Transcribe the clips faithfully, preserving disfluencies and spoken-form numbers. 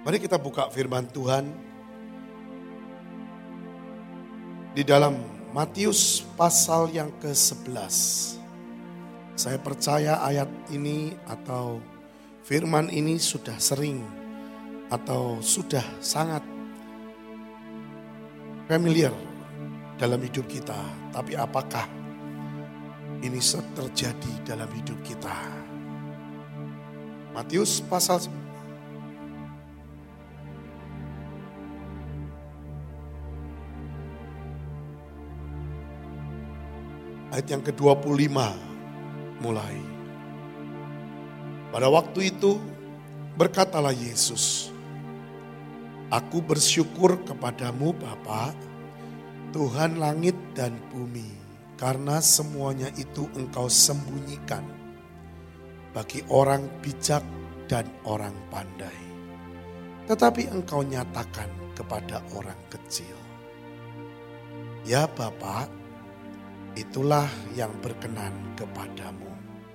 Mari kita buka firman Tuhan di dalam Matius pasal yang ke sebelas. Saya percaya ayat ini atau firman ini sudah sering atau sudah sangat familiar dalam hidup kita. Tapi apakah ini terjadi dalam hidup kita? Matius pasal ayat yang ke dua puluh lima mulai. Pada waktu itu berkatalah Yesus, "Aku bersyukur kepadamu Bapa, Tuhan langit dan bumi, karena semuanya itu Engkau sembunyikan bagi orang bijak dan orang pandai, tetapi Engkau nyatakan kepada orang kecil. Ya Bapa, itulah yang berkenan kepadamu.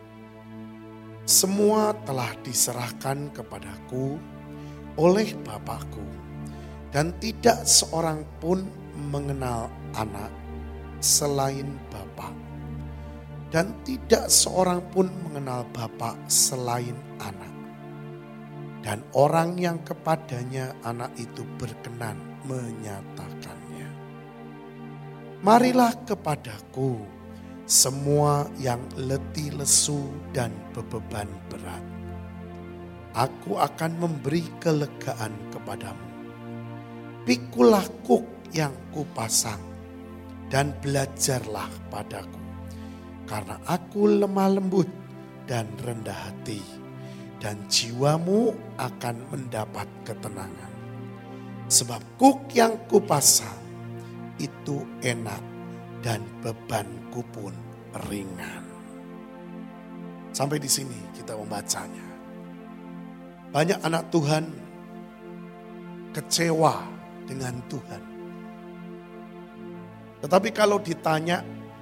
Semua telah diserahkan kepadaku oleh Bapakku, dan tidak seorang pun mengenal anak selain Bapa, dan tidak seorang pun mengenal Bapa selain anak, dan orang yang kepadanya anak itu berkenan menyatakannya. Marilah kepadaku semua yang letih lesu dan bebeban berat. Aku akan memberi kelegaan kepadamu. Pikulah kuk yang kupasang dan belajarlah padaku. Karena aku lemah lembut dan rendah hati, dan jiwamu akan mendapat ketenangan. Sebab kuk yang kupasang itu enak dan bebanku pun ringan." Sampai di sini kita membacanya. Banyak anak Tuhan kecewa dengan Tuhan. Tetapi kalau ditanya,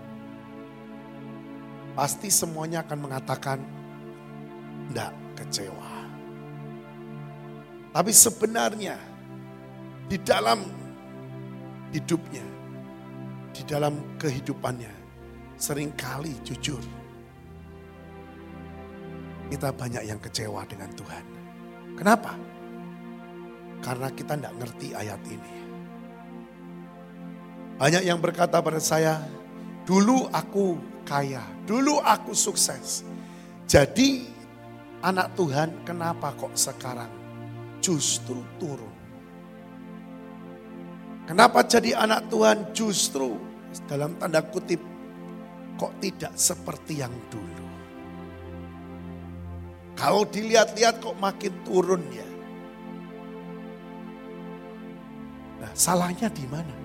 pasti semuanya akan mengatakan enggak kecewa. Tapi sebenarnya di dalam hidupnya, di dalam kehidupannya, seringkali jujur kita banyak yang kecewa dengan Tuhan. Kenapa? Karena kita tidak ngerti ayat ini. Banyak yang berkata pada saya, dulu aku kaya, dulu aku sukses. Jadi anak Tuhan, kenapa kok sekarang justru turun? Kenapa jadi anak Tuhan justru dalam tanda kutip kok tidak seperti yang dulu? Kalau dilihat-lihat kok makin turun ya. Nah, salahnya di mana?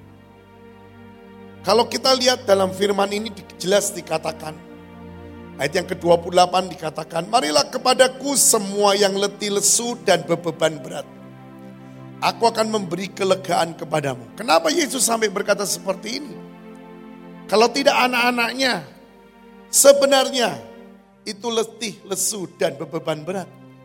Kalau kita lihat dalam firman ini jelas dikatakan, ayat yang ke dua puluh delapan dikatakan, "Marilah kepadaku semua yang letih lesu dan bebeban berat. Aku akan memberi kelegaan kepadamu." Kenapa Yesus sampai berkata seperti ini? Kalau tidak anak-anaknya, sebenarnya itu letih, lesu, dan beban berat.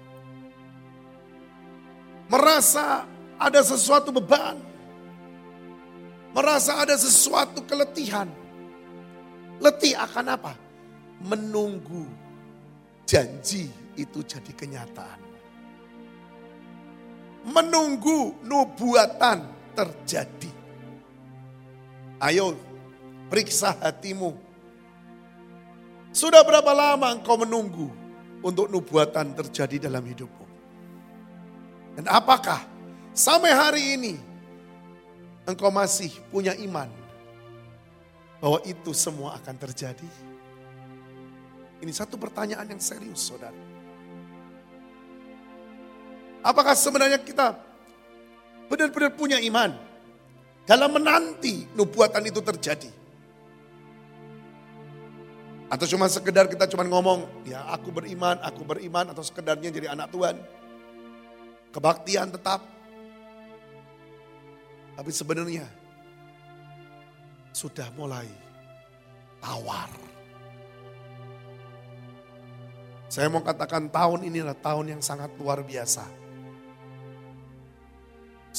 Merasa ada sesuatu beban. Merasa ada sesuatu keletihan. Letih akan apa? Menunggu janji itu jadi kenyataan. Menunggu nubuatan terjadi. Ayo periksa hatimu. Sudah berapa lama engkau menunggu untuk nubuatan terjadi dalam hidupmu? Dan apakah sampai hari ini engkau masih punya iman bahwa itu semua akan terjadi? Ini satu pertanyaan yang serius, saudara. Apakah sebenarnya kita benar-benar punya iman dalam menanti nubuatan itu terjadi? Atau cuma sekedar kita cuma ngomong, ya aku beriman, aku beriman, atau sekedarnya jadi anak Tuhan. Kebaktian tetap. Tapi sebenarnya sudah mulai tawar. Saya mau katakan tahun ini adalah tahun yang sangat luar biasa.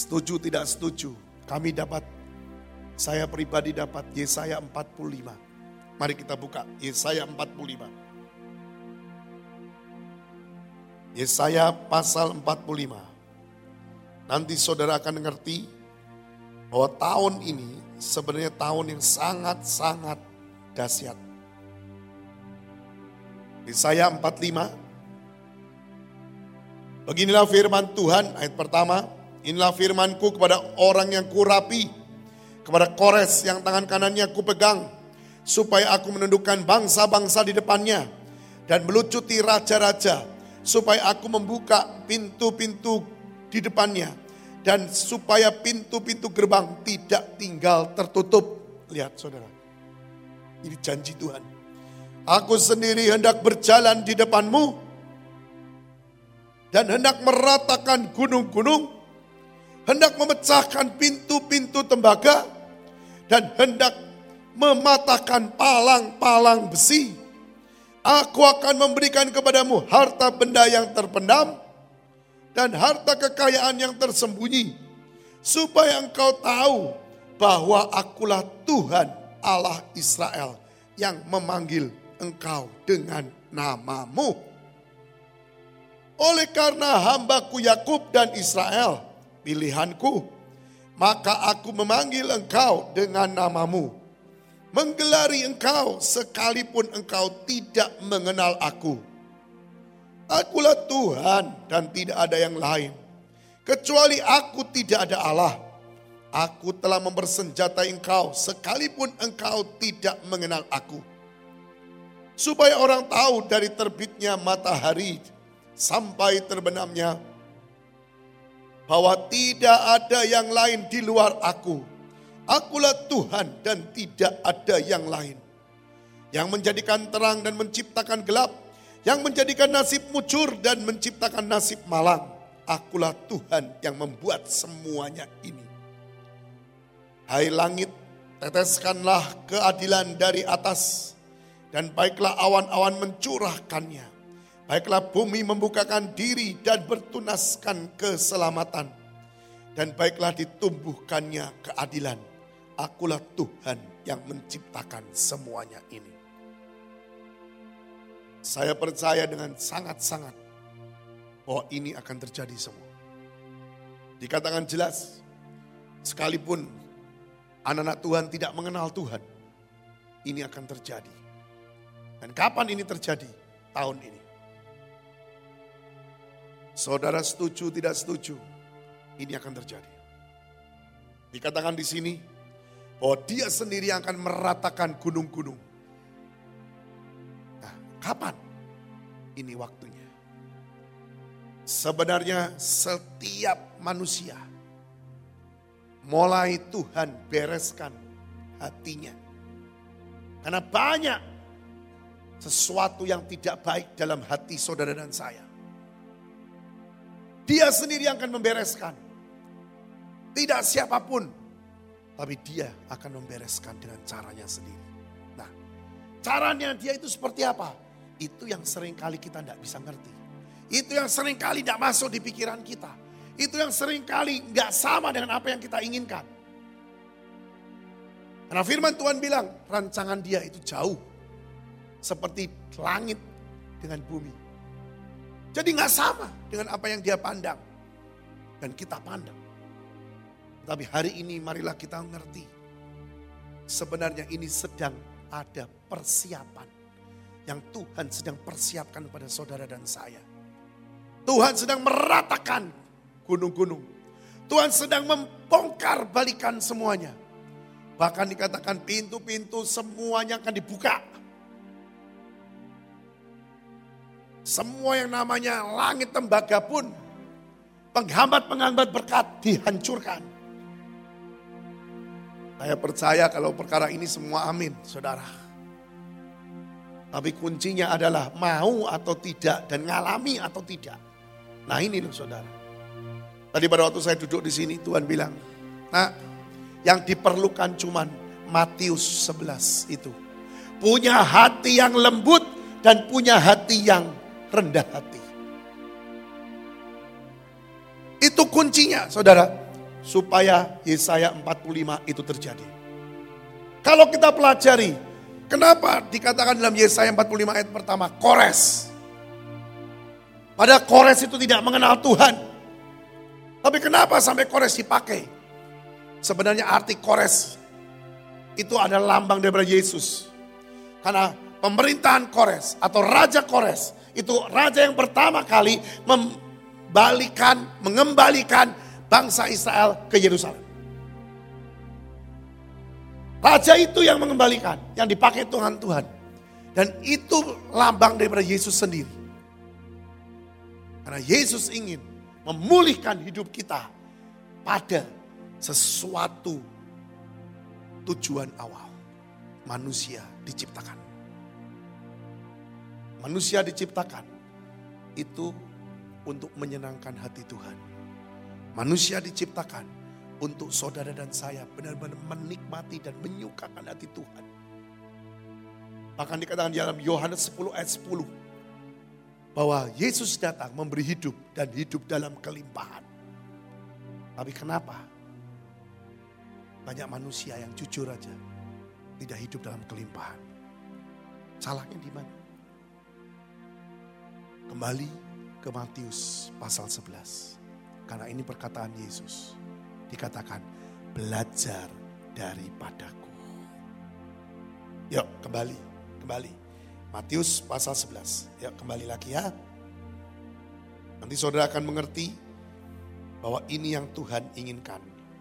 Setuju tidak setuju, kami dapat, saya pribadi dapat Yesaya empat puluh lima. Mari kita buka Yesaya empat puluh lima. Yesaya pasal empat puluh lima. Nanti saudara akan mengerti bahwa tahun ini sebenarnya tahun yang sangat-sangat dahsyat. Yesaya empat puluh lima. Beginilah firman Tuhan, ayat pertama. Inilah firmanku kepada orang yang kurapi, kepada Kores yang tangan kanannya kupegang, supaya aku menundukkan bangsa-bangsa di depannya dan melucuti raja-raja, supaya aku membuka pintu-pintu di depannya dan supaya pintu-pintu gerbang tidak tinggal tertutup. Lihat saudara, ini janji Tuhan. Aku sendiri hendak berjalan di depanmu dan hendak meratakan gunung-gunung, hendak memecahkan pintu-pintu tembaga, dan hendak mematahkan palang-palang besi. Aku akan memberikan kepadamu harta benda yang terpendam dan harta kekayaan yang tersembunyi, supaya engkau tahu bahwa akulah Tuhan Allah Israel yang memanggil engkau dengan namamu. Oleh karena hambaku Yakub dan Israel, pilihanku, maka aku memanggil engkau dengan namamu, menggelari engkau sekalipun engkau tidak mengenal aku. Akulah Tuhan dan tidak ada yang lain. Kecuali aku tidak ada Allah. Aku telah mempersenjatai engkau sekalipun engkau tidak mengenal aku. Supaya orang tahu dari terbitnya matahari sampai terbenamnya, bahwa tidak ada yang lain di luar aku. Akulah Tuhan dan tidak ada yang lain. Yang menjadikan terang dan menciptakan gelap. Yang menjadikan nasib mujur dan menciptakan nasib malang. Akulah Tuhan yang membuat semuanya ini. Hai langit, teteskanlah keadilan dari atas. Dan baiklah awan-awan mencurahkannya. Baiklah bumi membukakan diri dan bertunaskan keselamatan. Dan baiklah ditumbuhkannya keadilan. Akulah Tuhan yang menciptakan semuanya ini. Saya percaya dengan sangat-sangat bahwa ini akan terjadi semua. Dikatakan jelas, sekalipun anak-anak Tuhan tidak mengenal Tuhan, ini akan terjadi. Dan kapan ini terjadi? Tahun ini. Saudara setuju tidak setuju, ini akan terjadi. Dikatakan di sini bahwa Dia sendiri akan meratakan gunung-gunung. Nah, kapan? Ini waktunya. Sebenarnya setiap manusia mulai Tuhan bereskan hatinya. Karena banyak sesuatu yang tidak baik dalam hati saudara dan saya. Dia sendiri akan membereskan. Tidak siapapun. Tapi dia akan membereskan dengan caranya sendiri. Nah, caranya dia itu seperti apa? Itu yang seringkali kita tidak bisa ngerti. Itu yang seringkali tidak masuk di pikiran kita. Itu yang seringkali tidak sama dengan apa yang kita inginkan. Karena firman Tuhan bilang, rancangan dia itu jauh. Seperti langit dengan bumi. Jadi nggak sama dengan apa yang dia pandang. Dan kita pandang. Tapi hari ini marilah kita ngerti. Sebenarnya ini sedang ada persiapan. Yang Tuhan sedang persiapkan pada saudara dan saya. Tuhan sedang meratakan gunung-gunung. Tuhan sedang membongkar balikan semuanya. Bahkan dikatakan pintu-pintu semuanya akan dibuka. Semua yang namanya langit tembaga pun, penghambat-penghambat berkat dihancurkan. Saya percaya kalau perkara ini semua amin, saudara. Tapi kuncinya adalah mau atau tidak dan ngalami atau tidak. Nah ini loh saudara. Tadi pada waktu saya duduk di sini Tuhan bilang, nah yang diperlukan cuman Matius sebelas itu. Punya hati yang lembut dan punya hati yang rendah hati. Itu kuncinya saudara. supaya Yesaya empat puluh lima itu terjadi. Kalau kita pelajari, kenapa dikatakan dalam Yesaya empat puluh lima ayat pertama, Kores. Padahal Kores itu tidak mengenal Tuhan. Tapi kenapa sampai Kores dipakai? Sebenarnya arti Kores itu adalah lambang daripada Yesus. Karena pemerintahan Kores atau Raja Kores itu raja yang pertama kali membalikan, mengembalikan bangsa Israel ke Yerusalem. Raja itu yang mengembalikan, yang dipakai Tuhan Tuhan. Dan itu lambang daripada Yesus sendiri. Karena Yesus ingin memulihkan hidup kita pada sesuatu tujuan awal. Manusia diciptakan. Manusia diciptakan itu untuk menyenangkan hati Tuhan. Manusia diciptakan untuk saudara dan saya benar-benar menikmati dan menyukakan hati Tuhan. Bahkan dikatakan di dalam Yohanes sepuluh ayat sepuluh. Bahwa Yesus datang memberi hidup dan hidup dalam kelimpahan. Tapi kenapa? Banyak manusia yang jujur aja tidak hidup dalam kelimpahan. Salahnya di mana? Kembali ke Matius pasal sebelas. Karena ini perkataan Yesus. Dikatakan, belajar daripadaku. Yuk kembali, kembali. Matius pasal sebelas. Yuk kembali lagi ya. Nanti saudara akan mengerti bahwa ini yang Tuhan inginkan.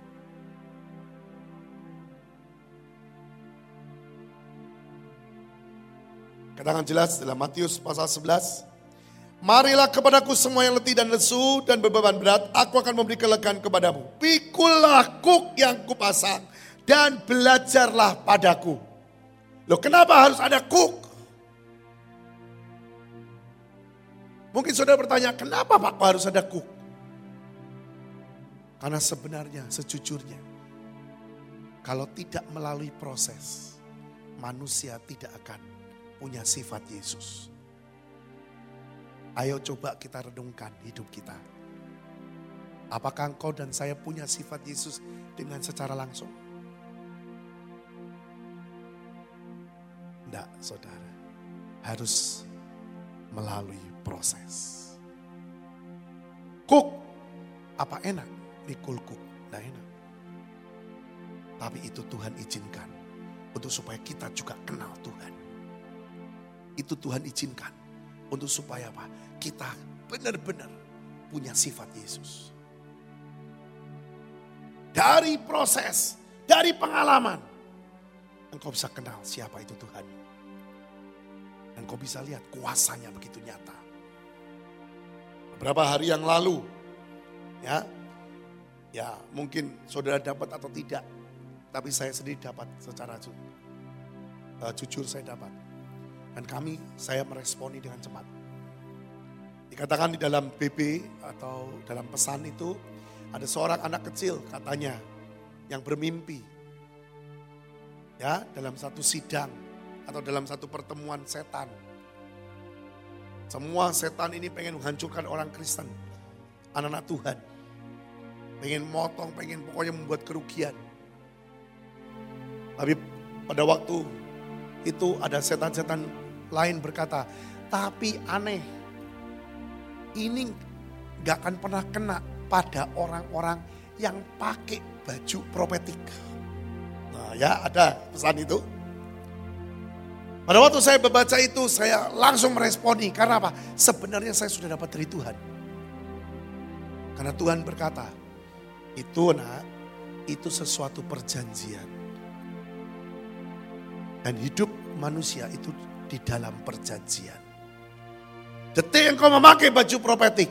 Katakan jelas dalam Matius pasal sebelas. Marilah kepadaku semua yang letih dan lesu dan beban berat, aku akan memberi kelegaan kepadamu. Pikulah kuk yang kupasang dan belajarlah padaku. Loh kenapa harus ada kuk? Mungkin saudara bertanya, kenapa Pak harus ada kuk? Karena sebenarnya, sejujurnya, kalau tidak melalui proses, manusia tidak akan punya sifat Yesus. Ayo coba kita renungkan hidup kita. Apakah engkau dan saya punya sifat Yesus dengan secara langsung? Tidak, saudara. Harus melalui proses. Kuk, apa enak? Mikul kuk, tidak enak. Tapi itu Tuhan izinkan untuk supaya kita juga kenal Tuhan. Itu Tuhan izinkan untuk supaya apa? Kita benar-benar punya sifat Yesus. Dari proses, dari pengalaman, engkau bisa kenal siapa itu Tuhan. Dan engkau bisa lihat kuasanya begitu nyata. Beberapa hari yang lalu, ya, ya mungkin saudara dapat atau tidak, tapi saya sendiri dapat secara uh, jujur saya dapat. Dan kami, saya meresponi dengan cepat. Dikatakan di dalam B B atau dalam pesan itu, ada seorang anak kecil katanya yang bermimpi. Ya, dalam satu sidang atau dalam satu pertemuan setan. Semua setan ini pengen menghancurkan orang Kristen, anak-anak Tuhan. Pengen motong, pengen pokoknya membuat kerugian. Tapi pada waktu itu ada setan-setan lain berkata, tapi aneh, ini gak akan pernah kena pada orang-orang yang pakai baju profetik. Nah ya ada pesan itu. Pada waktu saya membaca itu saya langsung meresponi. Karena apa? Sebenarnya saya sudah dapat dari Tuhan. Karena Tuhan berkata, itu nak, itu sesuatu perjanjian. Dan hidup manusia itu di dalam perjanjian. Detik yang kau memakai baju profetik,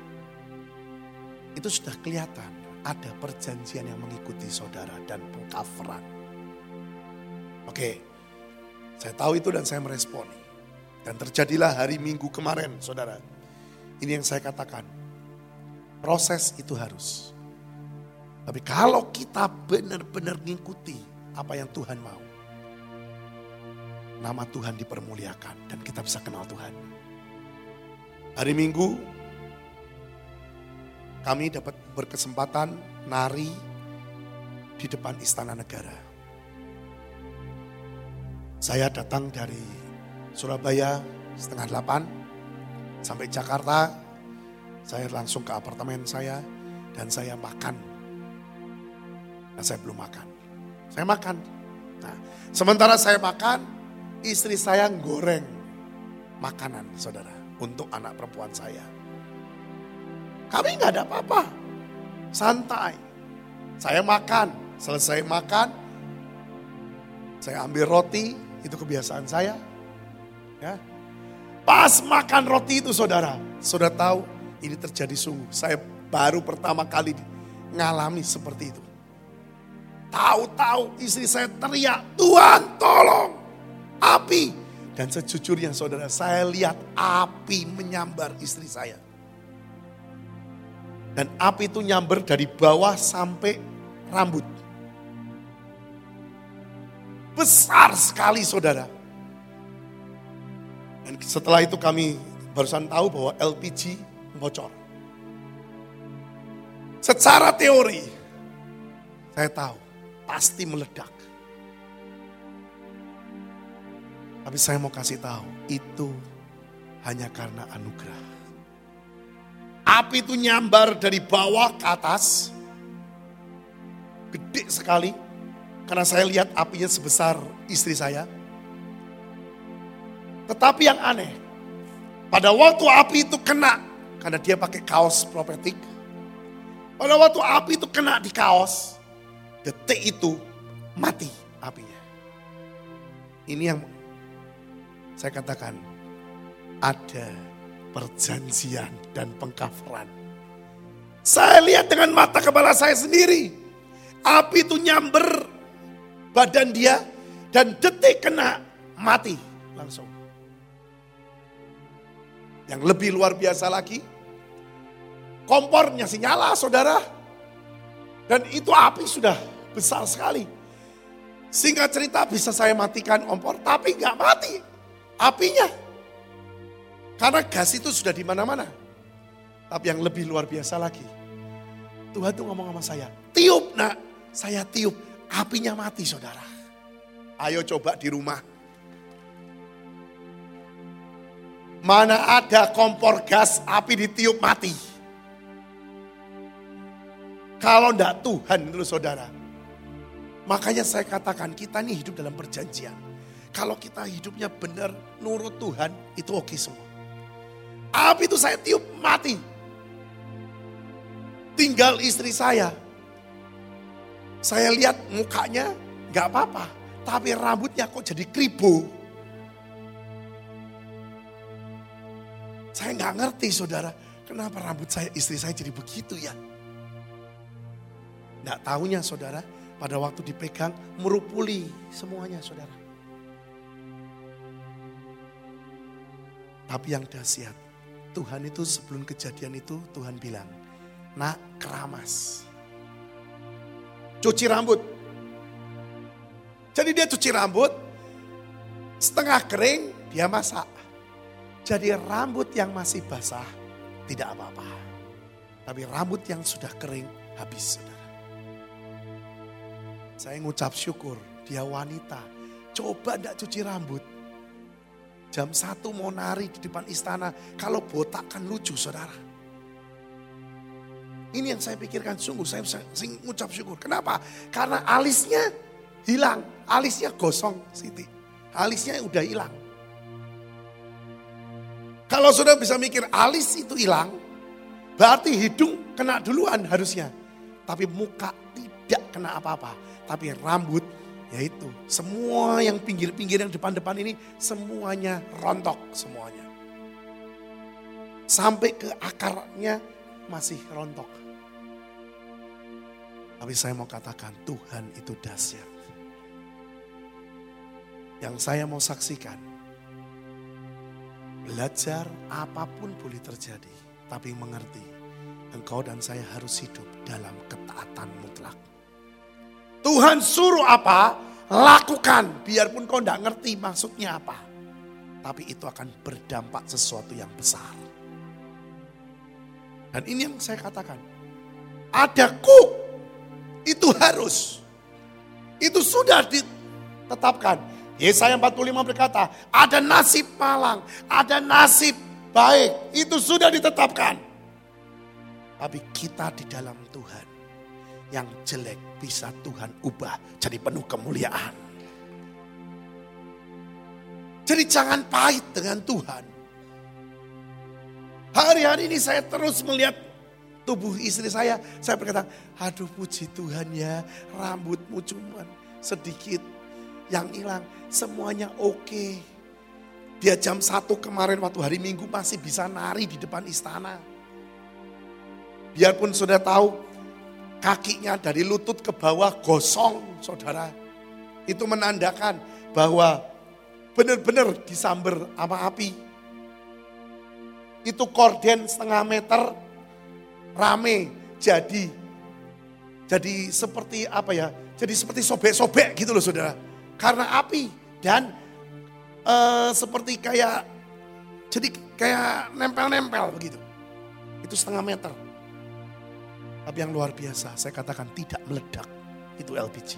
itu sudah kelihatan ada perjanjian yang mengikuti saudara dan pengkafaran. Oke, saya tahu itu dan saya meresponi. Dan terjadilah hari Minggu kemarin, saudara. Ini yang saya katakan, proses itu harus. Tapi kalau kita benar-benar mengikuti apa yang Tuhan mau, nama Tuhan dipermuliakan dan kita bisa kenal Tuhan. Hari Minggu, kami dapat berkesempatan nari di depan Istana Negara. Saya datang dari Surabaya setengah delapan sampai Jakarta. Saya langsung ke apartemen saya dan saya makan. Nah, saya belum makan. Saya makan. Nah, sementara saya makan, istri saya goreng makanan, saudara, untuk anak perempuan saya. Kami nggak ada apa-apa, santai. Saya makan, selesai makan, saya ambil roti, itu kebiasaan saya. Ya. Pas makan roti itu saudara, saudara tahu ini terjadi sungguh. Saya baru pertama kali ngalami seperti itu. Tahu-tahu istri saya teriak, Tuhan tolong, api. Dan sejujurnya saudara, saya lihat api menyambar istri saya. Dan api itu nyamber dari bawah sampai rambut. Besar sekali saudara. Dan setelah itu kami barusan tahu bahwa L P G bocor. Secara teori, saya tahu pasti meledak. Tapi saya mau kasih tahu, itu hanya karena anugerah. Api itu nyambar dari bawah ke atas. Gede sekali. Karena saya lihat apinya sebesar istri saya. Tetapi yang aneh, pada waktu api itu kena, karena dia pakai kaos propetik. Pada waktu api itu kena di kaos, detik itu mati apinya. Ini yang saya katakan, ada perjanjian dan pengkafaran. Saya lihat dengan mata kepala saya sendiri. Api itu nyamber badan dia dan detik kena mati langsung. Yang lebih luar biasa lagi, kompornya masih nyala saudara. Dan itu api sudah besar sekali. Singkat cerita bisa saya matikan kompor, tapi gak mati apinya. Karena gas itu sudah di mana-mana. Tapi yang lebih luar biasa lagi, Tuhan tuh ngomong sama saya, tiup nak, saya tiup, apinya mati saudara. Ayo coba di rumah. Mana ada kompor gas, api ditiup mati. Kalau enggak Tuhan itu saudara. Makanya saya katakan kita ini hidup dalam perjanjian. Kalau kita hidupnya benar, nurut Tuhan, itu oke semua. Api itu saya tiup mati. Tinggal istri saya. Saya lihat mukanya gak apa-apa. Tapi rambutnya kok jadi kribo. Saya gak ngerti saudara. Kenapa rambut saya, istri saya jadi begitu ya. Gak tahunya saudara. Pada waktu dipegang merupuli semuanya saudara. Tapi yang dahsyat, Tuhan itu sebelum kejadian itu Tuhan bilang, nak keramas. Cuci rambut. Jadi dia cuci rambut, setengah kering dia masak. Jadi rambut yang masih basah tidak apa-apa. Tapi rambut yang sudah kering habis saudara. Saya ngucap syukur dia wanita. Coba enggak cuci rambut. Jam satu mau nari di depan istana. Kalau botak kan lucu saudara. Ini yang saya pikirkan sungguh. Saya, saya, saya ngucap syukur. Kenapa? Karena alisnya hilang. Alisnya gosong Siti. Alisnya udah hilang. Kalau sudah bisa mikir alis itu hilang. Berarti hidung kena duluan harusnya. Tapi muka tidak kena apa-apa. Tapi rambut yaitu semua yang pinggir-pinggir yang depan-depan ini semuanya rontok semuanya. Sampai ke akarnya masih rontok. Tapi saya mau katakan Tuhan itu dahsyat. Yang saya mau saksikan, belajar apapun boleh terjadi, tapi mengerti engkau dan saya harus hidup dalam ketaatan mutlak. Tuhan suruh apa, lakukan. Biarpun kau tidak ngerti maksudnya apa. Tapi itu akan berdampak sesuatu yang besar. Dan ini yang saya katakan. Ada ku, itu harus. Itu sudah ditetapkan. Yesaya empat puluh lima berkata, ada nasib malang, ada nasib baik. Itu sudah ditetapkan. Tapi kita di dalam Tuhan, yang jelek bisa Tuhan ubah jadi penuh kemuliaan. Jadi jangan pahit dengan Tuhan. Hari-hari ini saya terus melihat tubuh istri saya. Saya berkata, aduh puji Tuhan ya, rambutmu cuma sedikit yang hilang. Semuanya oke. Dia jam satu kemarin waktu hari Minggu masih bisa nari di depan istana. Biarpun sudah tahu kakinya dari lutut ke bawah gosong, saudara. Itu menandakan bahwa benar-benar disamber sama api. Itu korden setengah meter rame jadi jadi seperti apa ya? Jadi seperti sobek-sobek gitu loh saudara. Karena api dan uh, seperti kayak jadi kayak nempel-nempel begitu. Itu setengah meter. Tapi yang luar biasa, saya katakan tidak meledak. Itu L P G.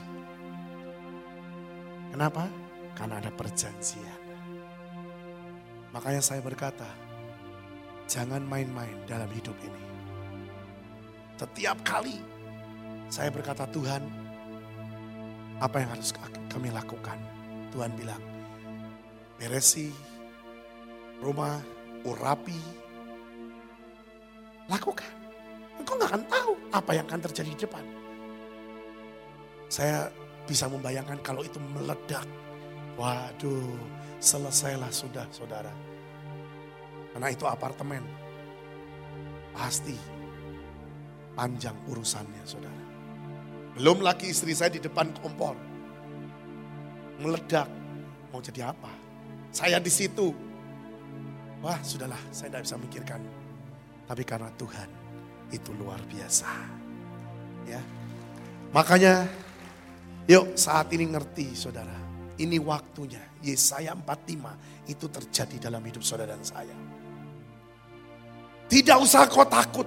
Kenapa? Karena ada perjanjian. Makanya saya berkata, jangan main-main dalam hidup ini. Setiap kali saya berkata, Tuhan, apa yang harus kami lakukan? Tuhan bilang, beresi rumah, urapi, lakukan. Engkau gak akan tahu apa yang akan terjadi di depan. Saya bisa membayangkan kalau itu meledak. Waduh, selesailah sudah saudara. Karena itu apartemen. Pasti panjang urusannya saudara. Belum lagi istri saya di depan kompor. Meledak. Mau jadi apa? Saya di situ. Wah sudahlah, saya tidak bisa mikirkan. Tapi karena Tuhan itu luar biasa. Ya. Makanya yuk saat ini ngerti saudara. Ini waktunya. Yesaya empat puluh lima itu terjadi dalam hidup saudara dan saya. Tidak usah kau takut.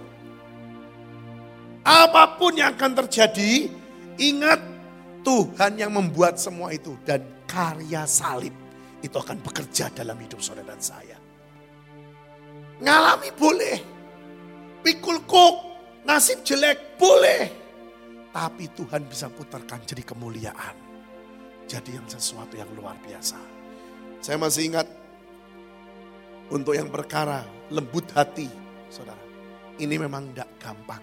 Apapun yang akan terjadi, ingat Tuhan yang membuat semua itu. Dan karya salib itu akan bekerja dalam hidup saudara dan saya. Ngalami boleh. Pikul kok, nasib jelek boleh. Tapi Tuhan bisa putarkan jadi kemuliaan. Jadi yang sesuatu yang luar biasa. Saya masih ingat untuk yang perkara lembut hati, saudara. Ini memang tidak gampang.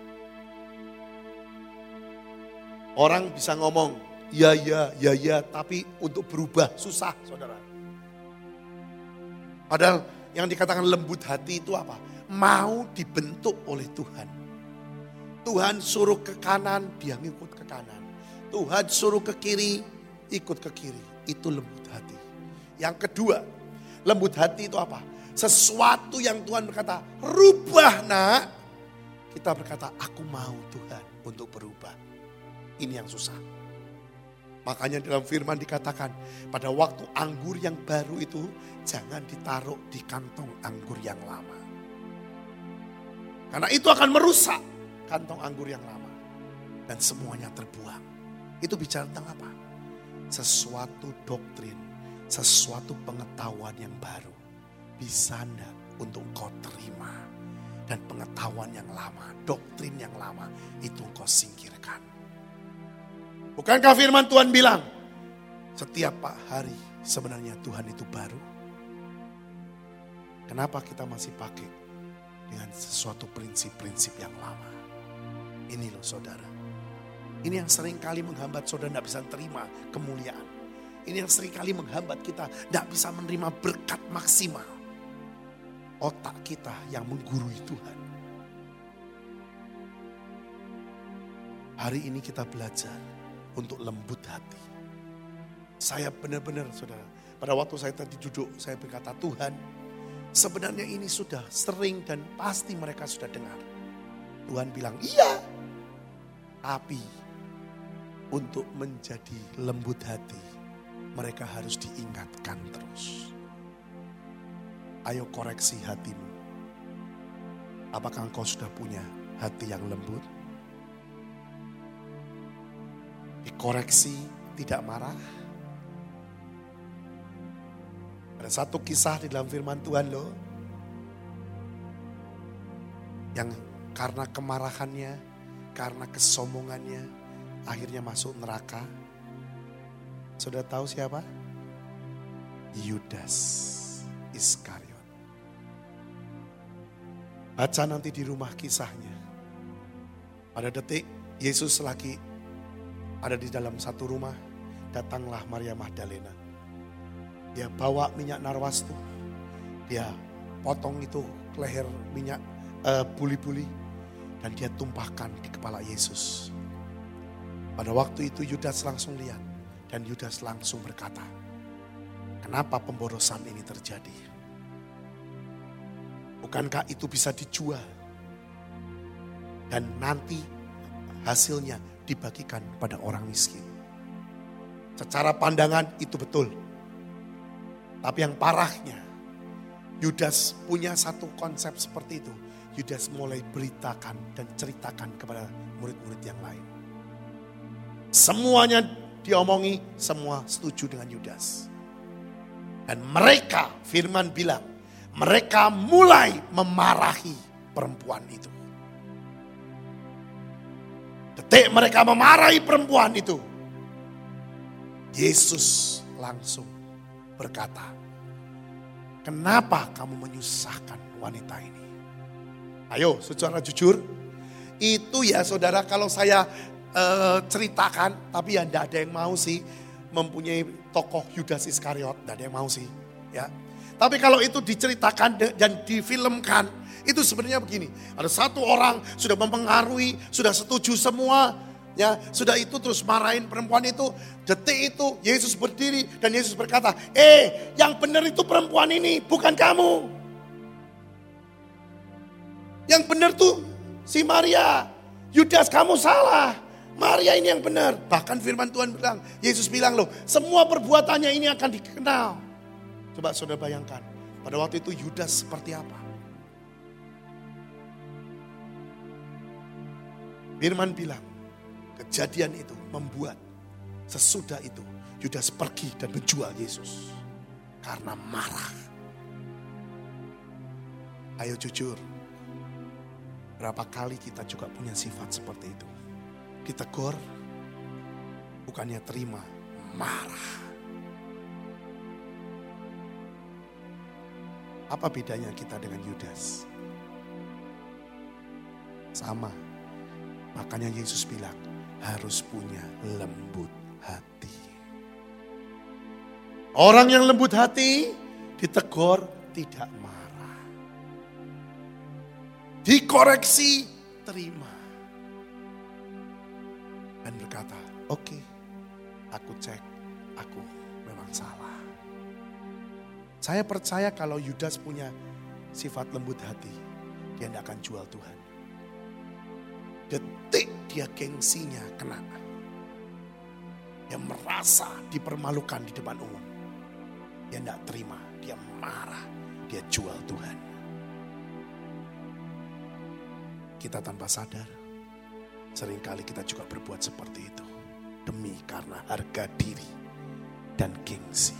Orang bisa ngomong, ya ya, ya ya, tapi untuk berubah susah, saudara. Padahal yang dikatakan lembut hati itu apa? Mau dibentuk oleh Tuhan. Tuhan suruh ke kanan, dia ngikut ke kanan. Tuhan suruh ke kiri, ikut ke kiri. Itu lembut hati. Yang kedua, lembut hati itu apa? Sesuatu yang Tuhan berkata, rubah nak. Kita berkata, aku mau Tuhan untuk berubah. Ini yang susah. Makanya dalam firman dikatakan, pada waktu anggur yang baru itu, jangan ditaruh di kantong anggur yang lama. Karena itu akan merusak kantong anggur yang lama. Dan semuanya terbuang. Itu bicara tentang apa? Sesuatu doktrin, sesuatu pengetahuan yang baru. Bisa enggak untuk kau terima. Dan pengetahuan yang lama, doktrin yang lama, itu kau singkirkan. Bukankah firman Tuhan bilang, setiap hari sebenarnya Tuhan itu baru? Kenapa kita masih pakai dengan sesuatu prinsip-prinsip yang lama? Ini loh saudara. Ini yang sering kali menghambat saudara tidak bisa terima kemuliaan. Ini yang sering kali menghambat kita tidak bisa menerima berkat maksimal. Otak kita yang menggurui Tuhan. Hari ini kita belajar untuk lembut hati. Saya benar-benar saudara, pada waktu saya tadi duduk, saya berkata, Tuhan, sebenarnya ini sudah sering dan pasti mereka sudah dengar. Tuhan bilang, iya. Tapi untuk menjadi lembut hati, mereka harus diingatkan terus. Ayo koreksi hatimu. Apakah engkau sudah punya hati yang lembut? Dikoreksi, tidak marah. Ada satu kisah di dalam firman Tuhan loh. Yang karena kemarahannya, karena kesombongannya, akhirnya masuk neraka. Sudah tahu siapa? Yudas Iskariot. Baca nanti di rumah kisahnya. Pada detik Yesus lagi ada di dalam satu rumah, datanglah Maria Magdalena. Dia bawa minyak narwastu. Dia potong itu leher minyak uh, buli-buli. Dan dia tumpahkan di kepala Yesus. Pada waktu itu Yudas langsung lihat. Dan Yudas langsung berkata, kenapa pemborosan ini terjadi? Bukankah itu bisa dijual? Dan nanti hasilnya dibagikan pada orang miskin. Secara pandangan itu betul. Tapi yang parahnya, Yudas punya satu konsep seperti itu. Yudas mulai beritakan dan ceritakan kepada murid-murid yang lain. Semuanya diomongi, semua setuju dengan Yudas. Dan mereka, firman bilang, mereka mulai memarahi perempuan itu. Detik mereka memarahi perempuan itu, Yesus langsung berkata, kenapa kamu menyusahkan wanita ini? Ayo secara jujur, itu ya saudara kalau saya uh, ceritakan, tapi ya tidak ada yang mau sih mempunyai tokoh Yudas Iskariot, tidak ada yang mau sih. Ya. Tapi kalau itu diceritakan dan difilmkan, itu sebenarnya begini. Ada satu orang sudah mempengaruhi, sudah setuju semua. Ya, sudah itu terus marahin perempuan itu. Detik itu Yesus berdiri dan Yesus berkata, eh yang benar itu perempuan ini, bukan kamu. Yang benar tuh si Maria. Yudas kamu salah. Maria ini yang benar. Bahkan firman Tuhan bilang, Yesus bilang loh, semua perbuatannya ini akan dikenal. Coba saudara bayangkan, pada waktu itu Yudas seperti apa? Firman bilang, kejadian itu membuat sesudah itu Yudas pergi dan menjual Yesus. Karena marah. Ayo jujur. Berapa kali kita juga punya sifat seperti itu. Ditegur, bukannya terima, marah. Apa bedanya kita dengan Yudas? Sama. Makanya Yesus bilang, harus punya lembut hati. Orang yang lembut hati, ditegur, tidak marah. Dikoreksi, terima. Dan berkata, oke, okay, aku cek, aku memang salah. Saya percaya kalau Yudas punya sifat lembut hati, dia tidak akan jual Tuhan. Detik dia gengsinya kena. Dia merasa dipermalukan di depan umum. Dia tidak terima, dia marah, dia jual Tuhan. Kita tanpa sadar, seringkali kita juga berbuat seperti itu. Demi karena harga diri dan gengsi.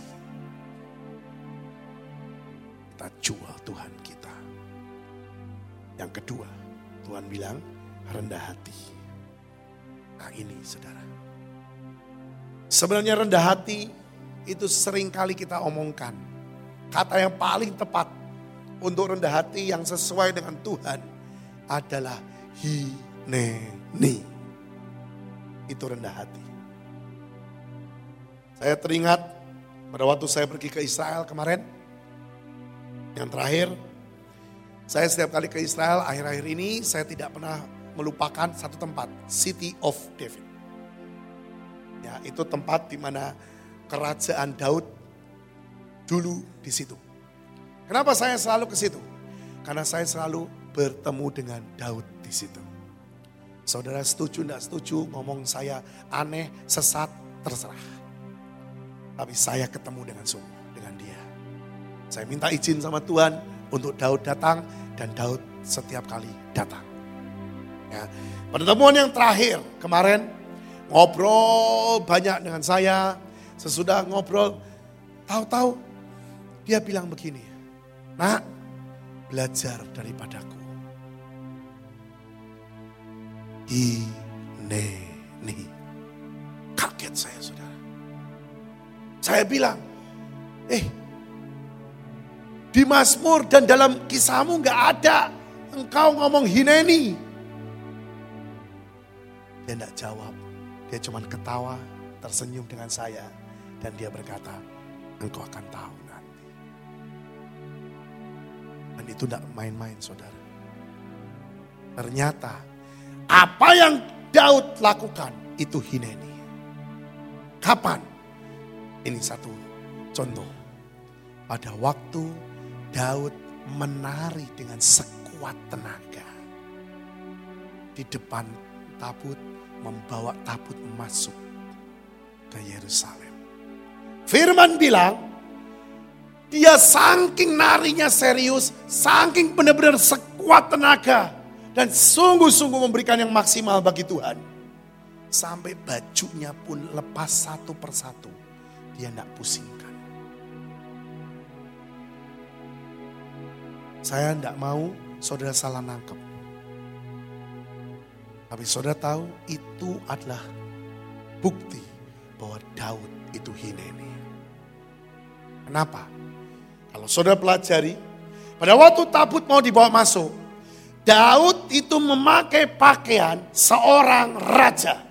Kita jual Tuhan kita. Yang kedua, Tuhan bilang rendah hati. Nah ini saudara. Sebenarnya rendah hati itu seringkali kita omongkan. Kata yang paling tepat untuk rendah hati yang sesuai dengan Tuhan adalah hineni. Itu rendah hati. Saya teringat pada waktu saya pergi ke Israel kemarin. Yang terakhir, saya setiap kali ke Israel akhir-akhir ini saya tidak pernah melupakan satu tempat, City of David. Ya, itu tempat di mana kerajaan Daud dulu di situ. Kenapa saya selalu ke situ? Karena saya selalu bertemu dengan Daud di situ. Saudara setuju tidak setuju ngomong saya aneh, sesat, terserah. Tapi saya ketemu dengan sungguh dengan dia. Saya minta izin sama Tuhan untuk Daud datang dan Daud setiap kali datang. Ya. Pertemuan yang terakhir kemarin ngobrol banyak dengan saya. Sesudah ngobrol, tahu-tahu dia bilang begini, "Nak, belajar daripadaku. Hineni." Kaget saya, saudara. Saya bilang, eh di Mazmur dan dalam kisahmu gak ada engkau ngomong hineni. Dia gak jawab. Dia cuma ketawa, tersenyum dengan saya. Dan dia berkata, engkau akan tahu nanti. Dan itu gak main-main, saudara. Ternyata apa yang Daud lakukan itu hineni. Kapan? Ini satu contoh. Pada waktu Daud menari dengan sekuat tenaga. Di depan tabut, membawa tabut masuk ke Yerusalem. Firman bilang, dia saking narinya serius, saking benar-benar sekuat tenaga. Dan sungguh-sungguh memberikan yang maksimal bagi Tuhan. Sampai bajunya pun lepas satu persatu. Dia tidak pusingkan. Saya tidak mau saudara salah nangkep. Tapi saudara tahu itu adalah bukti bahwa Daud itu hineni. Kenapa? Kalau saudara pelajari, pada waktu tabut mau dibawa masuk, Daud itu memakai pakaian seorang raja.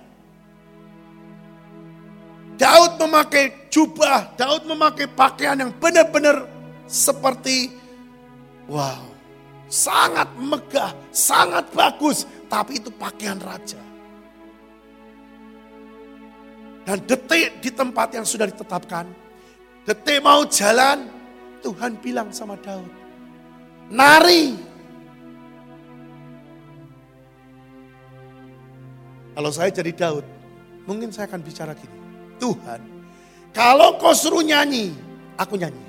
Daud memakai jubah, Daud memakai pakaian yang benar-benar seperti wow, sangat megah, sangat bagus, tapi itu pakaian raja. Dan detik di tempat yang sudah ditetapkan, detik mau jalan, Tuhan bilang sama Daud, nari. Kalau saya jadi Daud, mungkin saya akan bicara gini, Tuhan, kalau kau suruh nyanyi, aku nyanyi.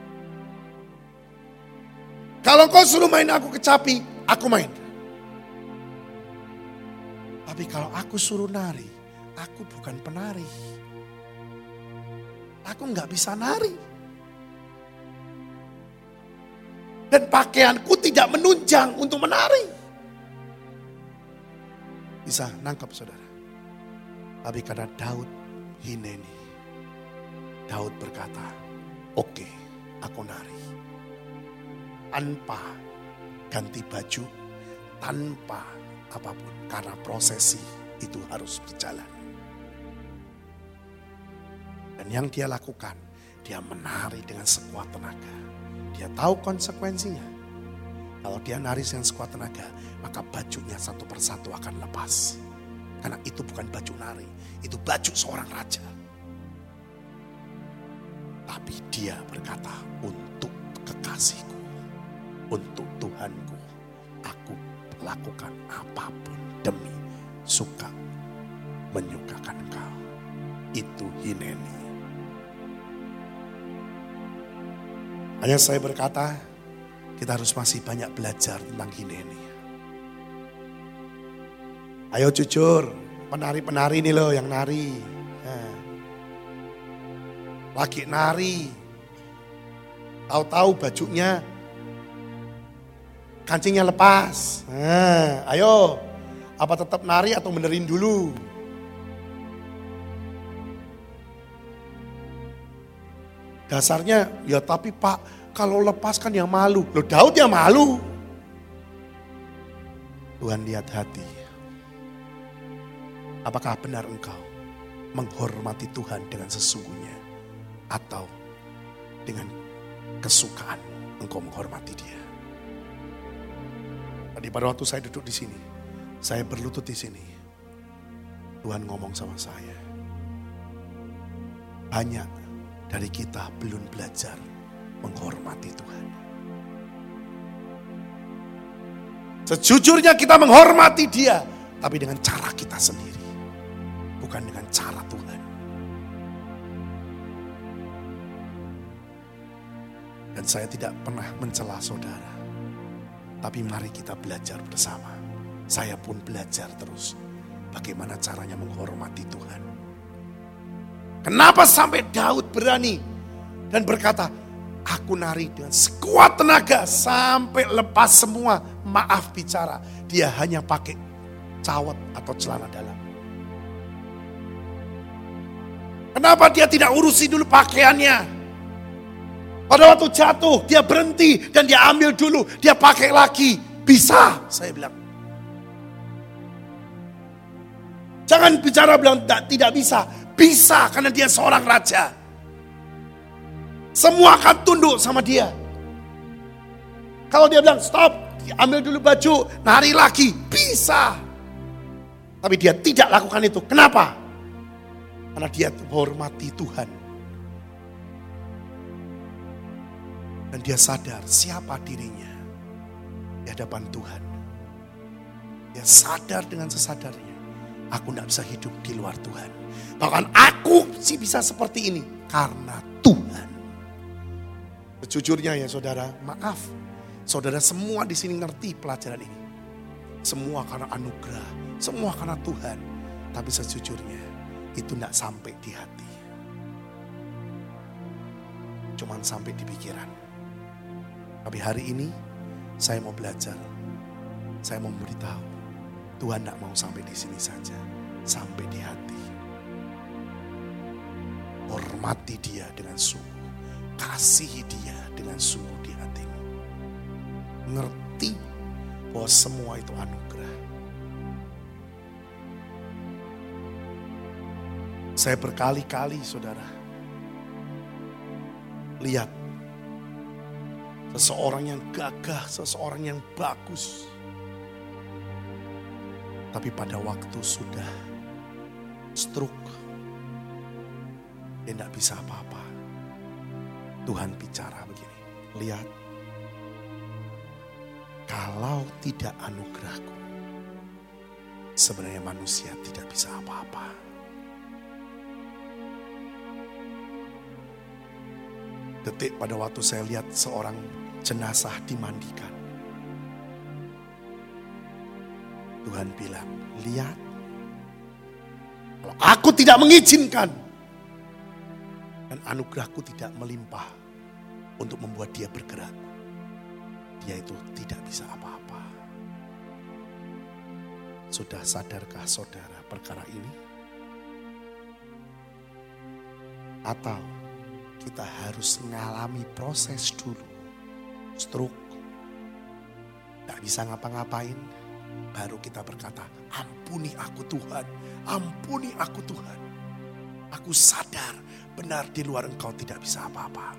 Kalau kau suruh main aku kecapi, aku main. Tapi kalau aku suruh nari, aku bukan penari. Aku nggak bisa nari. Dan pakaianku tidak menunjang untuk menari. Bisa nangkap saudara. Tapi karena Daud hineni, Daud berkata, oke, aku nari. Tanpa ganti baju, tanpa apapun. Karena prosesi itu harus berjalan. Dan yang dia lakukan, dia menari dengan sekuat tenaga. Dia tahu konsekuensinya. Kalau dia nari dengan sekuat tenaga, maka bajunya satu persatu akan lepas. Karena itu bukan baju nari, itu baju seorang raja. Tapi dia berkata, untuk kekasihku, untuk Tuhanku, aku lakukan apapun demi suka menyukakan Engkau. Itu hineni. Hanya saya berkata, kita harus masih banyak belajar tentang hineni. Ayo jujur, penari-penari ini loh yang nari. Nah, lagi nari, tahu-tahu bajunya, kancingnya lepas. Nah, ayo, apa tetap nari atau benerin dulu? Dasarnya, ya tapi Pak, kalau lepas kan yang malu. Loh Daud yang malu. Tuhan lihat hati. Apakah benar engkau menghormati Tuhan dengan sesungguhnya? Atau dengan kesukaan engkau menghormati dia? Tadi pada waktu saya duduk di sini, saya berlutut di sini. Tuhan ngomong sama saya. Banyak dari kita belum belajar menghormati Tuhan. Sejujurnya kita menghormati dia, tapi dengan cara kita sendiri. Bukan dengan cara Tuhan. Dan saya tidak pernah mencela saudara. Tapi mari kita belajar bersama. Saya pun belajar terus bagaimana caranya menghormati Tuhan. Kenapa sampai Daud berani dan berkata, aku nari dengan sekuat tenaga sampai lepas semua, maaf bicara. Dia hanya pakai cawat atau celana dalam. Kenapa dia tidak urusi dulu pakaiannya? Pada waktu jatuh dia berhenti dan dia ambil dulu, dia pakai lagi. Bisa, saya bilang. Jangan bicara bilang tidak bisa. Bisa karena dia seorang raja. Semua akan tunduk sama dia. Kalau dia bilang stop, ambil dulu baju, nari lagi, bisa. Tapi dia tidak lakukan itu. Kenapa? Karena dia menghormati Tuhan. Dan dia sadar siapa dirinya di hadapan Tuhan. Dia sadar dengan sesadarnya, aku tidak bisa hidup di luar Tuhan. Bahkan aku sih bisa seperti ini karena Tuhan. Sejujurnya ya saudara, maaf. Saudara semua di sini ngerti pelajaran ini. Semua karena anugerah, semua karena Tuhan. Tapi sejujurnya itu tidak sampai di hati. Cuman sampai di pikiran. Tapi hari ini saya mau belajar. Saya mau memberitahu. Tuhan tidak mau sampai di sini saja. Sampai di hati. Hormati dia dengan sungguh. Kasihi dia dengan sungguh di hatimu. Ngerti bahwa semua itu anugerah. Saya berkali-kali saudara lihat seseorang yang gagah, seseorang yang bagus. Tapi pada waktu sudah stroke, dia tidak bisa apa-apa. Tuhan bicara begini, lihat, kalau tidak anugerahku, sebenarnya manusia tidak bisa apa-apa. Detik pada waktu saya lihat seorang jenazah dimandikan, Tuhan bilang, lihat, kalau aku tidak mengizinkan, dan anugerahku tidak melimpah untuk membuat dia bergerak, dia itu tidak bisa apa-apa. Sudah sadarkah saudara perkara ini? Atau kita harus mengalami proses dulu, stroke, gak bisa ngapa-ngapain, baru kita berkata, ampuni aku Tuhan, ampuni aku Tuhan. Aku sadar benar di luar Engkau tidak bisa apa-apa.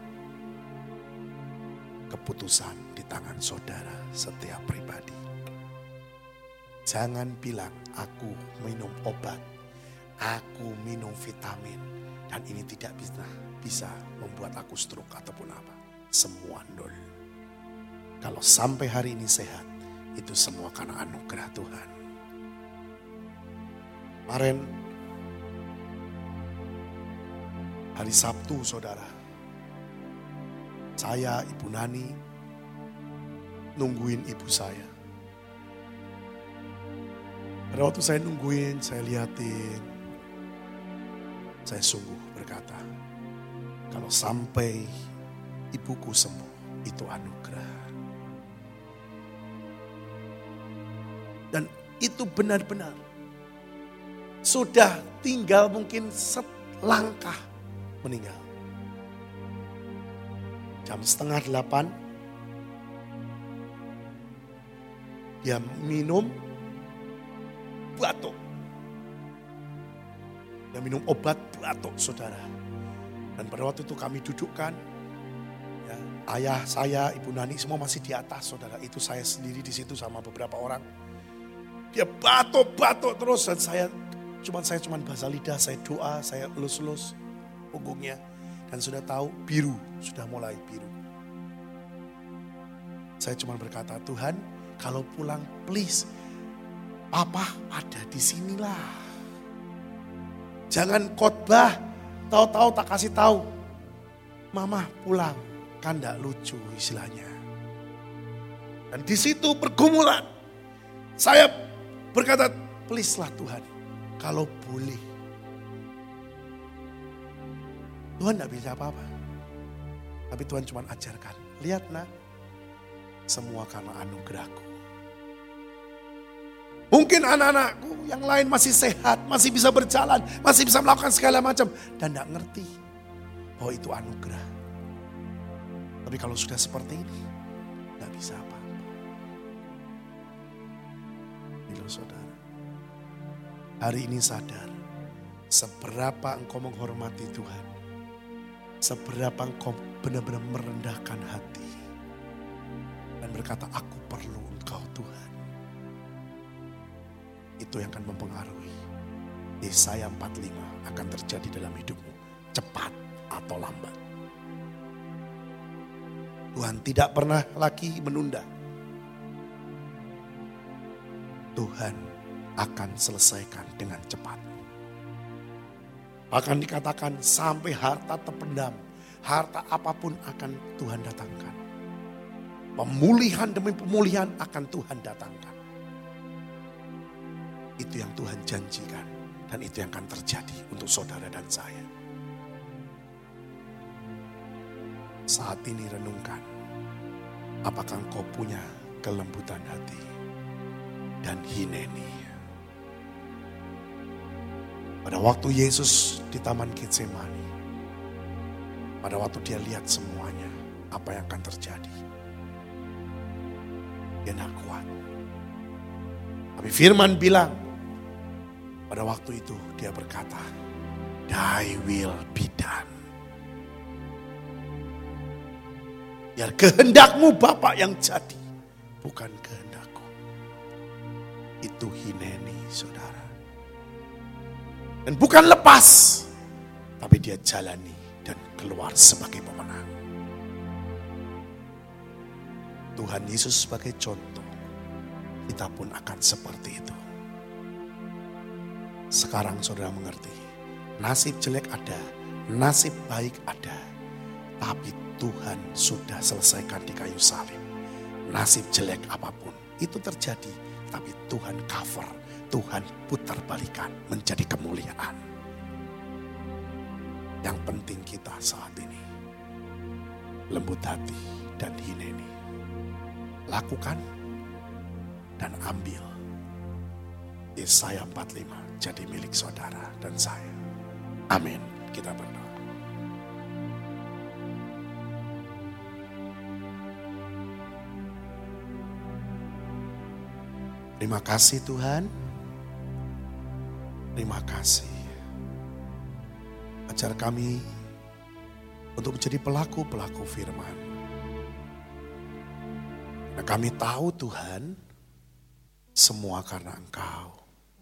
Keputusan di tangan saudara setiap pribadi. Jangan bilang aku minum obat, aku minum vitamin, dan ini tidak bisa, bisa membuat aku stroke ataupun apa. Semua nol. Kalau sampai hari ini sehat, itu semua karena anugerah Tuhan. Kemarin hari Sabtu saudara, saya, Ibu Nani, nungguin ibu saya. Pada waktu saya nungguin, saya liatin, saya sungguh berkata, kalau sampai ibuku sembuh, itu anugerah. Dan itu benar-benar sudah tinggal mungkin selangkah meninggal. Jam setengah delapan, dia minum batuk. Dia minum obat batuk saudara. Dan pada waktu itu kami dudukkan, ya, ayah saya, Ibu Nani semua masih di atas saudara. Itu saya sendiri di situ sama beberapa orang. Dia batuk-batuk terus dan saya cuman saya cuman basah lidah, saya doa, saya elus-elus punggungnya. Dan sudah tahu biru, sudah mulai biru. Saya cuma berkata, Tuhan kalau pulang please, Papa ada di sinilah. Jangan khotbah, tahu-tahu tak kasih tahu. Mama pulang, kan gak lucu istilahnya. Dan di situ pergumulan. Saya berkata, please lah Tuhan, kalau boleh. Tuhan tidak bisa apa-apa. Tapi Tuhan cuma ajarkan. Lihat nak, semua karena anugerahku. Mungkin anak-anakku yang lain masih sehat, masih bisa berjalan, masih bisa melakukan segala macam. Dan tidak ngerti bahwa itu anugerah. Tapi kalau sudah seperti ini, tidak bisa apa-apa. Bila saudara, hari ini sadar, seberapa engkau menghormati Tuhan. Seberapa engkau benar-benar merendahkan hati. Dan berkata, aku perlu engkau Tuhan. Itu yang akan mempengaruhi. Yesaya empat puluh lima akan terjadi dalam hidupmu. Cepat atau lambat. Tuhan tidak pernah lagi menunda. Tuhan akan selesaikan dengan cepat. Bahkan dikatakan sampai harta terpendam. Harta apapun akan Tuhan datangkan. Pemulihan demi pemulihan akan Tuhan datangkan. Itu yang Tuhan janjikan. Dan itu yang akan terjadi untuk saudara dan saya. Saat ini renungkan. Apakah engkau punya kelembutan hati dan hineni. Pada waktu Yesus di Taman Getsemani. Pada waktu dia lihat semuanya. Apa yang akan terjadi. Dia tidak kuat. Tapi firman bilang. Pada waktu itu dia berkata. Thy will be done. Biar kehendakmu Bapa yang jadi. Bukan kehendakku. Itu hineni saudara. Dan bukan lepas. Tapi dia jalani dan keluar sebagai pemenang. Tuhan Yesus sebagai contoh. Kita pun akan seperti itu. Sekarang saudara mengerti. Nasib jelek ada. Nasib baik ada. Tapi Tuhan sudah selesaikan di kayu salib. Nasib jelek apapun itu terjadi. Tapi Tuhan cover. Tuhan putar balikan menjadi kemuliaan. Yang penting kita saat ini. Lembut hati dan hineni. Lakukan dan ambil. Yesaya empat puluh lima jadi milik saudara dan saya. Amin. Kita berdoa. Terima kasih Tuhan. Terima kasih. Ajar kami untuk menjadi pelaku-pelaku firman. Nah, kami tahu Tuhan, semua karena Engkau.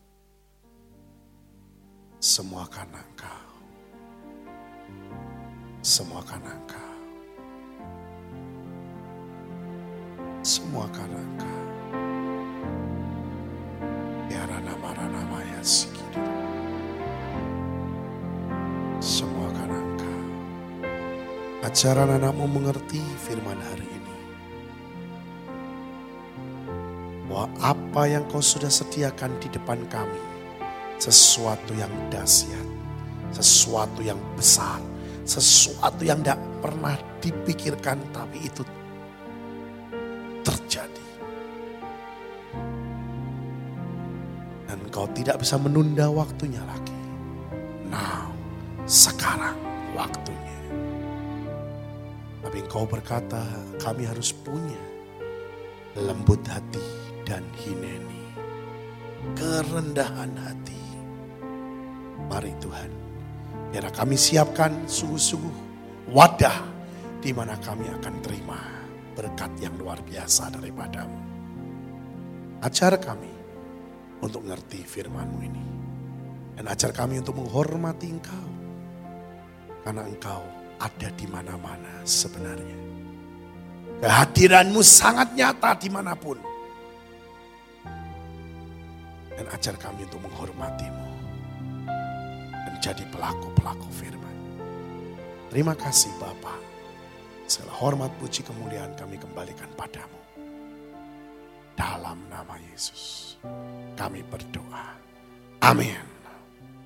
Semua karena Engkau. Semua karena Engkau. Semua karena Engkau. Semua karena Engkau. Ajaran anakmu mengerti firman hari ini. Bahwa apa yang kau sudah sediakan di depan kami. Sesuatu yang dahsyat. Sesuatu yang besar. Sesuatu yang tidak pernah dipikirkan tapi itu terjadi. Dan kau tidak bisa menunda waktunya lagi. Now, sekarang waktunya. Tapi engkau berkata kami harus punya lembut hati dan hineni. Kerendahan hati. Mari Tuhan, biar kami siapkan sungguh-sungguh wadah di mana kami akan terima berkat yang luar biasa daripada-Mu. Ajar kami untuk mengerti firman-Mu ini. Dan ajar kami untuk menghormati Engkau. Karena Engkau ada di mana-mana sebenarnya. Kehadiran-Mu sangat nyata dimanapun. Dan ajar kami untuk menghormati-Mu. Dan jadi pelaku-pelaku firman. Terima kasih Bapa. Segala hormat, puji, kemuliaan kami kembalikan padamu. Dalam nama Yesus kami berdoa. Amin.